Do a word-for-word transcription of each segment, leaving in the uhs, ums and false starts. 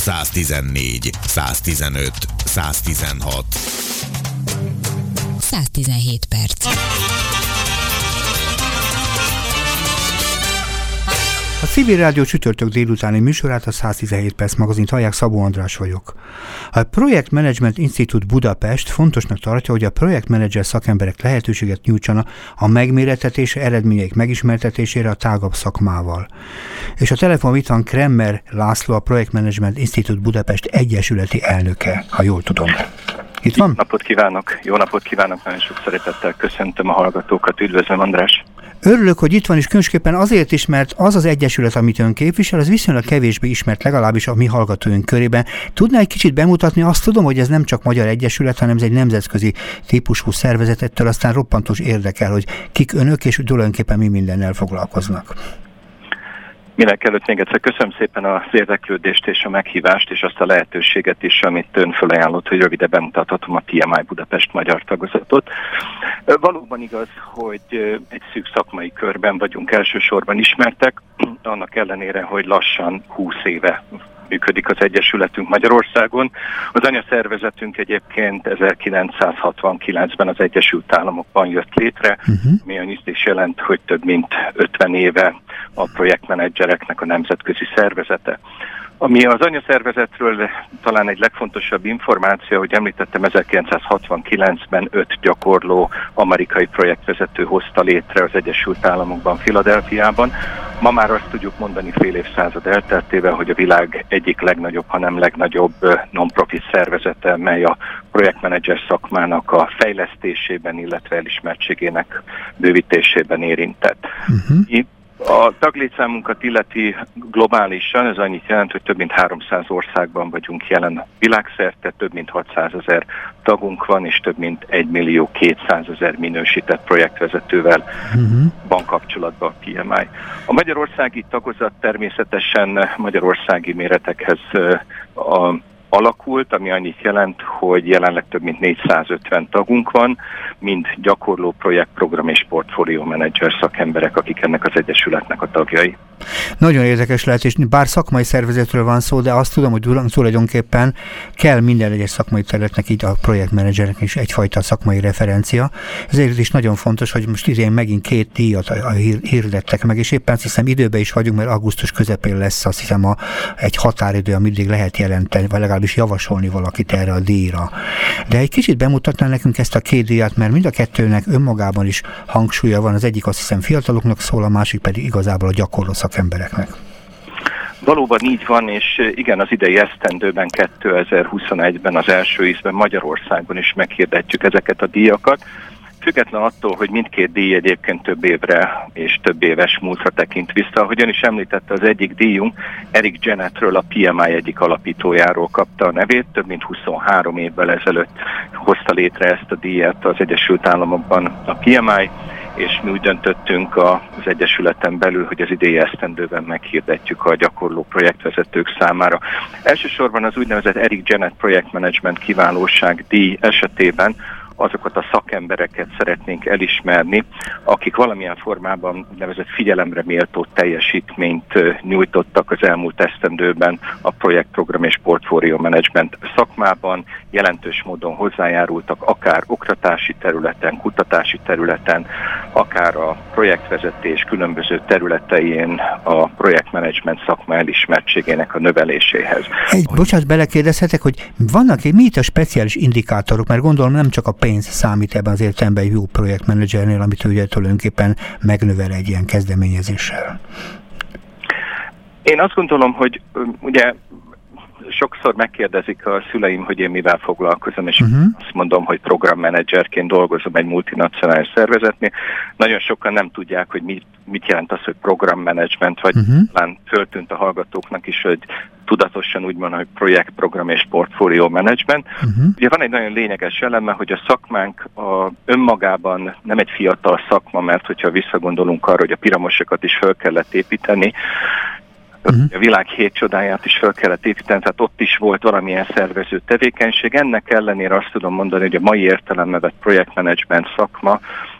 száztizennégy, száztizenöt, száztizenhat. száztizenhét perc. A Civil Rádió csütörtök délutáni műsorát, a száztizenhét perc magazint hallják, Szabó András vagyok. A Projektmenedzsment Institute Budapest fontosnak tartja, hogy a projektmenedzser szakemberek lehetőséget nyújtsanak a megmérettetése, eredményeik megismertetésére a tágabb szakmával. És a telefon itt van Kremmer László, a Projektmenedzsment Institute Budapest egyesületi elnöke, ha jól tudom. Itt van? Jó napot kívánok, jó napot kívánok, nagyon sok szeretettel köszöntöm a hallgatókat, üdvözlöm András. Örülök, hogy itt van, és különösképpen azért is, mert az az egyesület, amit ön képvisel, az viszonylag kevésbé ismert, legalábbis a mi hallgatóink körében. Tudná egy kicsit bemutatni? Azt tudom, hogy ez nem csak magyar egyesület, hanem ez egy nemzetközi típusú szervezet, ettől aztán roppantos érdekel, hogy kik önök, és tulajdonképpen mi mindennel foglalkoznak. Mindenek előtt még egyszer köszönöm szépen az érdeklődést és a meghívást, és azt a lehetőséget is, amit ön felajánlott, hogy röviden bemutathatom a té em i Budapest magyar tagozatot. Valóban igaz, hogy egy szűk szakmai körben vagyunk elsősorban ismertek, annak ellenére, hogy lassan húsz éve működik az egyesületünk Magyarországon. Az anyaszervezetünk egyébként ezerkilencszázhatvankilencben az Egyesült Államokban jött létre, uh-huh. ami annyit is jelent, hogy több mint ötven éve a projektmenedzsereknek a nemzetközi szervezete. Ami az anyaszervezetről talán egy legfontosabb információ, hogy említettem, ezerkilencszázhatvankilencben öt gyakorló amerikai projektvezető hozta létre az Egyesült Államokban, Philadelphiában. Ma már azt tudjuk mondani fél évszázad elteltével, hogy a világ egyik legnagyobb, hanem legnagyobb non-profit szervezete, mely a projektmenedzser szakmának a fejlesztésében, illetve elismertségének bővítésében érintett. Uh-huh. A taglétszámunkat illeti globálisan, ez annyit jelent, hogy több mint háromszáz országban vagyunk jelen világszerte, több mint hatszázezer tagunk van, és több mint egymillió-kétszázezer minősített projektvezetővel uh-huh. van kapcsolatban a té em i. A magyarországi tagozat természetesen magyarországi méretekhez a alakult, ami annyit jelent, hogy jelenleg több mint négyszázötven tagunk van, mind gyakorló projektprogram és portfólió menedzser szakemberek, akik ennek az egyesületnek a tagjai. Nagyon érdekes lehet, és bár szakmai szervezetről van szó, de azt tudom, hogy tulajdonképpen kell minden egyes szakmai területnek, így a projektmenedzsernek is egyfajta szakmai referencia. Ezért is nagyon fontos, hogy most idén megint két díjat hirdettek meg, és éppen azt hiszem időben is vagyunk, mert augusztus közepén lesz azt hiszem a, egy határidő, amíg lehet jelenteni, vagy legalábbis javasolni valakit erre a díjra. De egy kicsit bemutatná nekünk ezt a két díjat, mert mind a kettőnek önmagában is hangsúlya van, az egyik azt hiszem fiataloknak szól, a másik pedig igazából a gyakorló szakembereknek. Valóban így van, és igen, az idei esztendőben, kétezer-huszonegyben az első ízben Magyarországon is meghirdetjük ezeket a díjakat. Független attól, hogy mindkét díj egyébként több évre és több éves múltra tekint vissza. Ahogyan is említette, az egyik díjunk Eric Genetről, a té em i egyik alapítójáról kapta a nevét. Több mint huszonhárom évvel ezelőtt hozta létre ezt a díjat az Egyesült Államokban a té em i, és mi úgy döntöttünk az Egyesületen belül, hogy az idei esztendőben meghirdetjük a gyakorló projektvezetők számára. Elsősorban az úgynevezett Eric Genet projektmenedzsment kiválóság díj esetében azokat a szakembereket szeretnénk elismerni, akik valamilyen formában nevezett figyelemre méltó teljesítményt nyújtottak az elmúlt esztendőben a projektprogram és portfólió menedzsment szakmában, jelentős módon hozzájárultak akár oktatási területen, kutatási területen, akár a projektvezetés különböző területein a projektmenedzsment szakma elismertségének a növeléséhez. Egy, bocsánat, belekérdezhetek, hogy vannak mi itt a speciális indikátorok, mert gondolom nem csak a pénz számít ebben az értelemben jó projektmenedzsernél, amit ugye tulajdonképpen megnövel egy ilyen kezdeményezéssel. Én azt gondolom, hogy ugye sokszor megkérdezik a szüleim, hogy én mivel foglalkozom, és uh-huh. azt mondom, hogy programmenedzserként dolgozom egy multinacionális szervezetnél. Nagyon sokan nem tudják, hogy mit, mit jelent az, hogy programmenedzsment, vagy uh-huh. talán föltűnt a hallgatóknak is, hogy tudatosan úgy van, hogy projekt, program és portfólió menedzsment. Uh-huh. Ugye van egy nagyon lényeges eleme, hogy a szakmánk a önmagában nem egy fiatal szakma, mert hogyha visszagondolunk arra, hogy a piramosokat is föl kellett építeni, uh-huh. a világ hét csodáját is fel kellett építeni, tehát ott is volt valamilyen szervező tevékenység. Ennek ellenére azt tudom mondani, hogy a mai értelemben vett projektmenedzsment szakma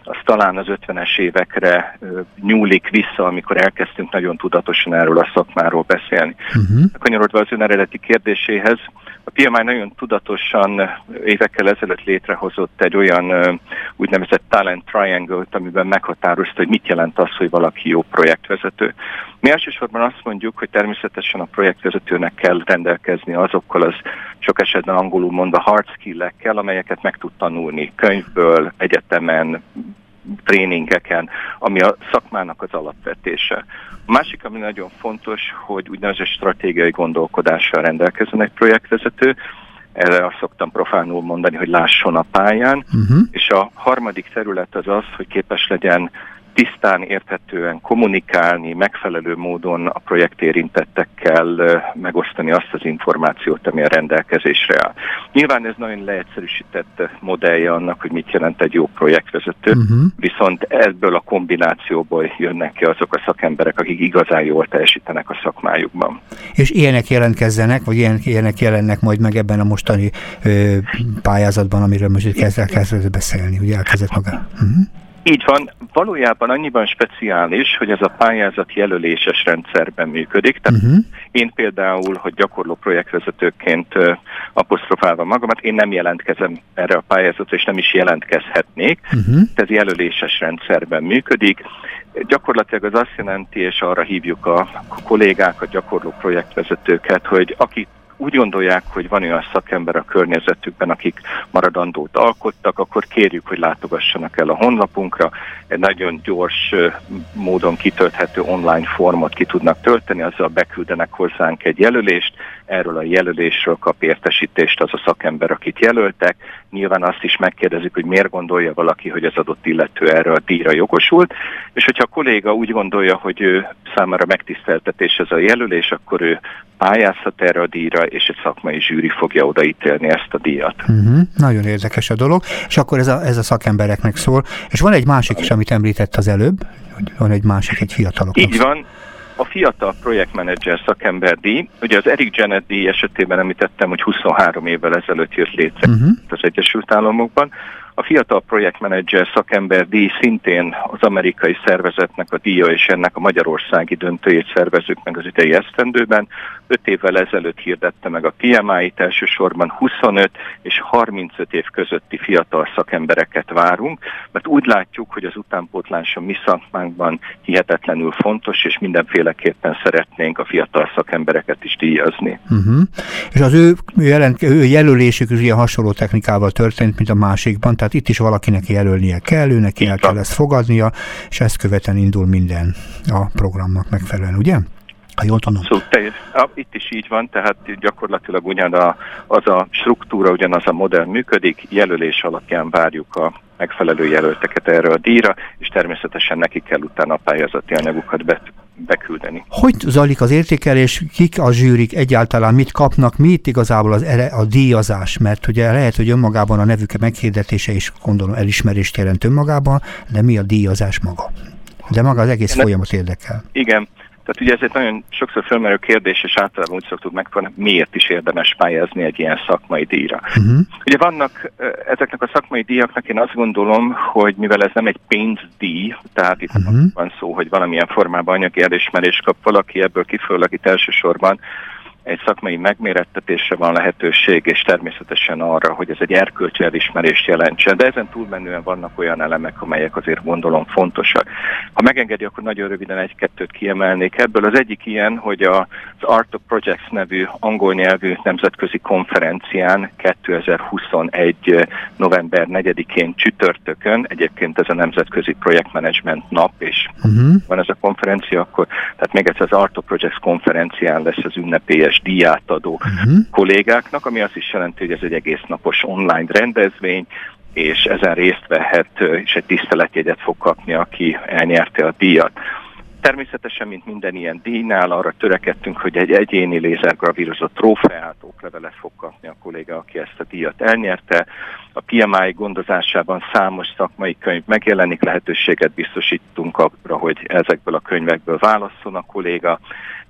az talán az ötvenes évekre nyúlik vissza, amikor elkezdtünk nagyon tudatosan erről a szakmáról beszélni. Uh-huh. Kanyarodva az ön eredeti kérdéséhez, a pé em i nagyon tudatosan évekkel ezelőtt létrehozott egy olyan úgynevezett talent triangle-t, amiben meghatározta, hogy mit jelent az, hogy valaki jó projektvezető. Mi elsősorban azt mondjuk, hogy természetesen a projektvezetőnek kell rendelkezni azokkal az sok esetben angolul mondva hard skill-ekkel, amelyeket meg tud tanulni könyvből, egyetemen, tréningeken, ami a szakmának az alapvetése. A másik, ami nagyon fontos, hogy úgynevezett stratégiai gondolkodással rendelkezzen egy projektvezető, erre azt szoktam profánul mondani, hogy lásson a pályán, uh-huh. és a harmadik terület az az, hogy képes legyen tisztán, érthetően kommunikálni, megfelelő módon a projekt érintettekkel megosztani azt az információt, ami a rendelkezésre áll. Nyilván ez nagyon leegyszerűsített modellje annak, hogy mit jelent egy jó projektvezető, uh-huh. viszont ebből a kombinációból jönnek ki azok a szakemberek, akik igazán jól teljesítenek a szakmájukban. És ilyenek jelentkezzenek, vagy ilyenek, ilyenek jelennek majd meg ebben a mostani ö, pályázatban, amiről most itt kezd, elkezdett beszélni, ugye elkezdett maga. Uh-huh. Így van, valójában annyiban speciális, hogy ez a pályázat jelöléses rendszerben működik. Tehát uh-huh. én például, hogy gyakorló projektvezetőként uh, apostrofálva magamat, én nem jelentkezem erre a pályázatra, és nem is jelentkezhetnék. Uh-huh. Ez jelöléses rendszerben működik. Gyakorlatilag az azt jelenti, és arra hívjuk a kollégákat, gyakorló projektvezetőket, hogy akik úgy gondolják, hogy van olyan szakember a környezetükben, akik maradandót alkottak, akkor kérjük, hogy látogassanak el a honlapunkra. Egy nagyon gyors módon kitölthető online formot ki tudnak tölteni, azzal beküldenek hozzánk egy jelölést, erről a jelölésről kap értesítést az a szakember, akit jelöltek. Nyilván azt is megkérdezik, hogy miért gondolja valaki, hogy az adott illető erre a díjra jogosult, és hogyha a kolléga úgy gondolja, hogy ő számára megtiszteltetés ez a jelölés, akkor ő pályázhat erre a díjra, és egy szakmai zsűri fogja odaítélni ezt a díjat. Uh-huh. Nagyon érdekes a dolog, és akkor ez a, ez a szakembereknek szól. És van egy másik is, amit említett az előbb, hogy van egy másik, egy fiataloknak. Így van. A fiatal projektmenedzser szakemberdíj, ugye az Eric Janet díj esetében említettem, hogy huszonhárom évvel ezelőtt jött létre uh-huh. az Egyesült Államokban. A fiatal projektmenedzser szakemberdíj szintén az amerikai szervezetnek a díja, és ennek a magyarországi döntőjét szervezzük meg az idei esztendőben. Öt évvel ezelőtt hirdette meg a pé em i-t, elsősorban huszonöt és harmincöt év közötti fiatal szakembereket várunk, mert úgy látjuk, hogy az utánpótlás a mi szakmánkban hihetetlenül fontos, és mindenféleképpen szeretnénk a fiatal szakembereket is díjazni. Uh-huh. És az ő, jelent, ő jelölésük is ilyen hasonló technikával történt, mint a másikban, tehát itt is valakinek jelölnie kell, őnek el kell ezt fogadnia, és ezt követően indul minden a programnak megfelelően, ugye? Ha jól tudom. Szóval teljes, itt is így van, tehát gyakorlatilag ugyan a, az a struktúra, ugyanaz a modell működik, jelölés alapján várjuk a megfelelő jelölteket erre a díjra, és természetesen nekik kell utána a pályázati anyagukat be, beküldeni. Hogy zajlik az értékelés, kik a zsűrik, egyáltalán mit kapnak, mi itt igazából az ere, a díjazás, mert ugye lehet, hogy önmagában a nevük meghirdetése is gondolom elismerést jelent önmagában, de mi a díjazás maga? De maga az egész folyamat érdekel. Igen. Tehát ugye ez egy nagyon sokszor felmerő kérdés, és általában úgy szoktuk megfordulni, miért is érdemes pályázni egy ilyen szakmai díjra. Uh-huh. Ugye vannak ezeknek a szakmai díjaknak, én azt gondolom, hogy mivel ez nem egy pénzdíj, tehát itt uh-huh. van szó, hogy valamilyen formában anyagi elismerést kap valaki, ebből kifolyólag itt elsősorban egy szakmai megmérettetésre van lehetőség, és természetesen arra, hogy ez egy erkölcsi elismerést jelentsen. De ezen túlmenően vannak olyan elemek, amelyek azért gondolom fontosak. Ha megengedi, akkor nagyon röviden egy-kettőt kiemelnék ebből. Az egyik ilyen, hogy az Art of Projects nevű angol nyelvű nemzetközi konferencián kétezer-huszonegy. november negyedikén csütörtökön, egyébként ez a Nemzetközi Projektmenedzsment nap, és uh-huh. van ez a konferencia, akkor, tehát még egyszer az Art of Projects konferencián lesz az ünnepélyes díjátadó uh-huh. kollégáknak, ami azt is jelenti, hogy ez egy egész napos online rendezvény, és ezen részt vehet, és egy tiszteletjegyet fog kapni, aki elnyerte a díjat. Természetesen, mint minden ilyen díjnál, arra törekedtünk, hogy egy egyéni lézergravírozott trófeát, oklevelet fog kapni a kolléga, aki ezt a díjat elnyerte. A pé em i gondozásában számos szakmai könyv megjelenik, lehetőséget biztosítunk arra, hogy ezekből a könyvekből válasszon a kolléga.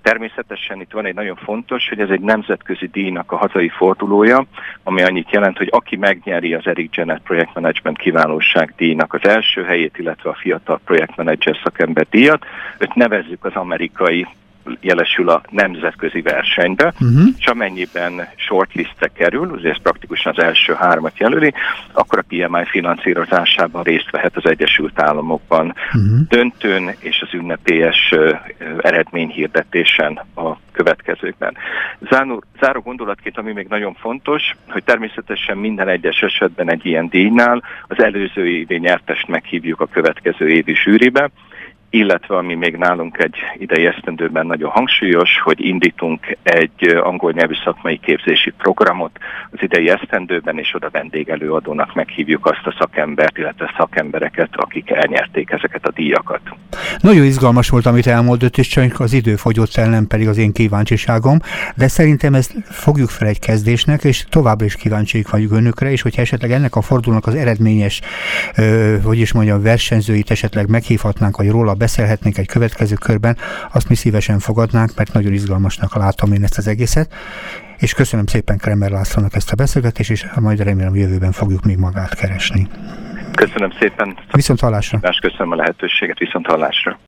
Természetesen itt van egy nagyon fontos, hogy ez egy nemzetközi díjnak a hazai fordulója, ami annyit jelent, hogy aki megnyeri az Eric Janet projektmenedzsment kiválóság díjnak az első helyét, illetve a fiatal projektmenedzser szakember díjat, őt nevezzük az amerikai, jelesül a nemzetközi versenybe, uh-huh. és amennyiben shortlistre kerül, azért praktikusan az első hármat jelöli, akkor a pé em i finanszírozásában részt vehet az Egyesült Államokban uh-huh. döntőn és az ünnepélyes uh, eredményhirdetésen a következőkben. Záró, záró gondolatként, ami még nagyon fontos, hogy természetesen minden egyes esetben egy ilyen díjnál az előző évi nyertest meghívjuk a következő évi zsűribe, illetve ami még nálunk egy idei esztendőben nagyon hangsúlyos, hogy indítunk egy angol nyelvű szakmai képzési programot az idei esztendőben, és oda vendégelőadónak meghívjuk azt a szakembert, illetve szakembereket, akik elnyerték ezeket a díjakat. Nagyon izgalmas volt, amit elmondott, és csak az idő fogyott el, nem pedig az én kíváncsiságom, de szerintem ezt fogjuk fel egy kezdésnek, és továbbra is kíváncsiak vagyunk önökre, és hogyha esetleg ennek a fordulónak az eredményes, ö, hogy is mondjam, versenyzőit esetleg meghívhatnánk, vagy róla beszélhetnénk egy következő körben, azt mi szívesen fogadnánk, mert nagyon izgalmasnak látom én ezt az egészet. És köszönöm szépen Kremer Lászlónak ezt a beszélgetést, és majd remélem jövőben fogjuk még magát keresni. Köszönöm szépen. Viszont hallásra. Köszönöm a lehetőséget, viszont hallásra.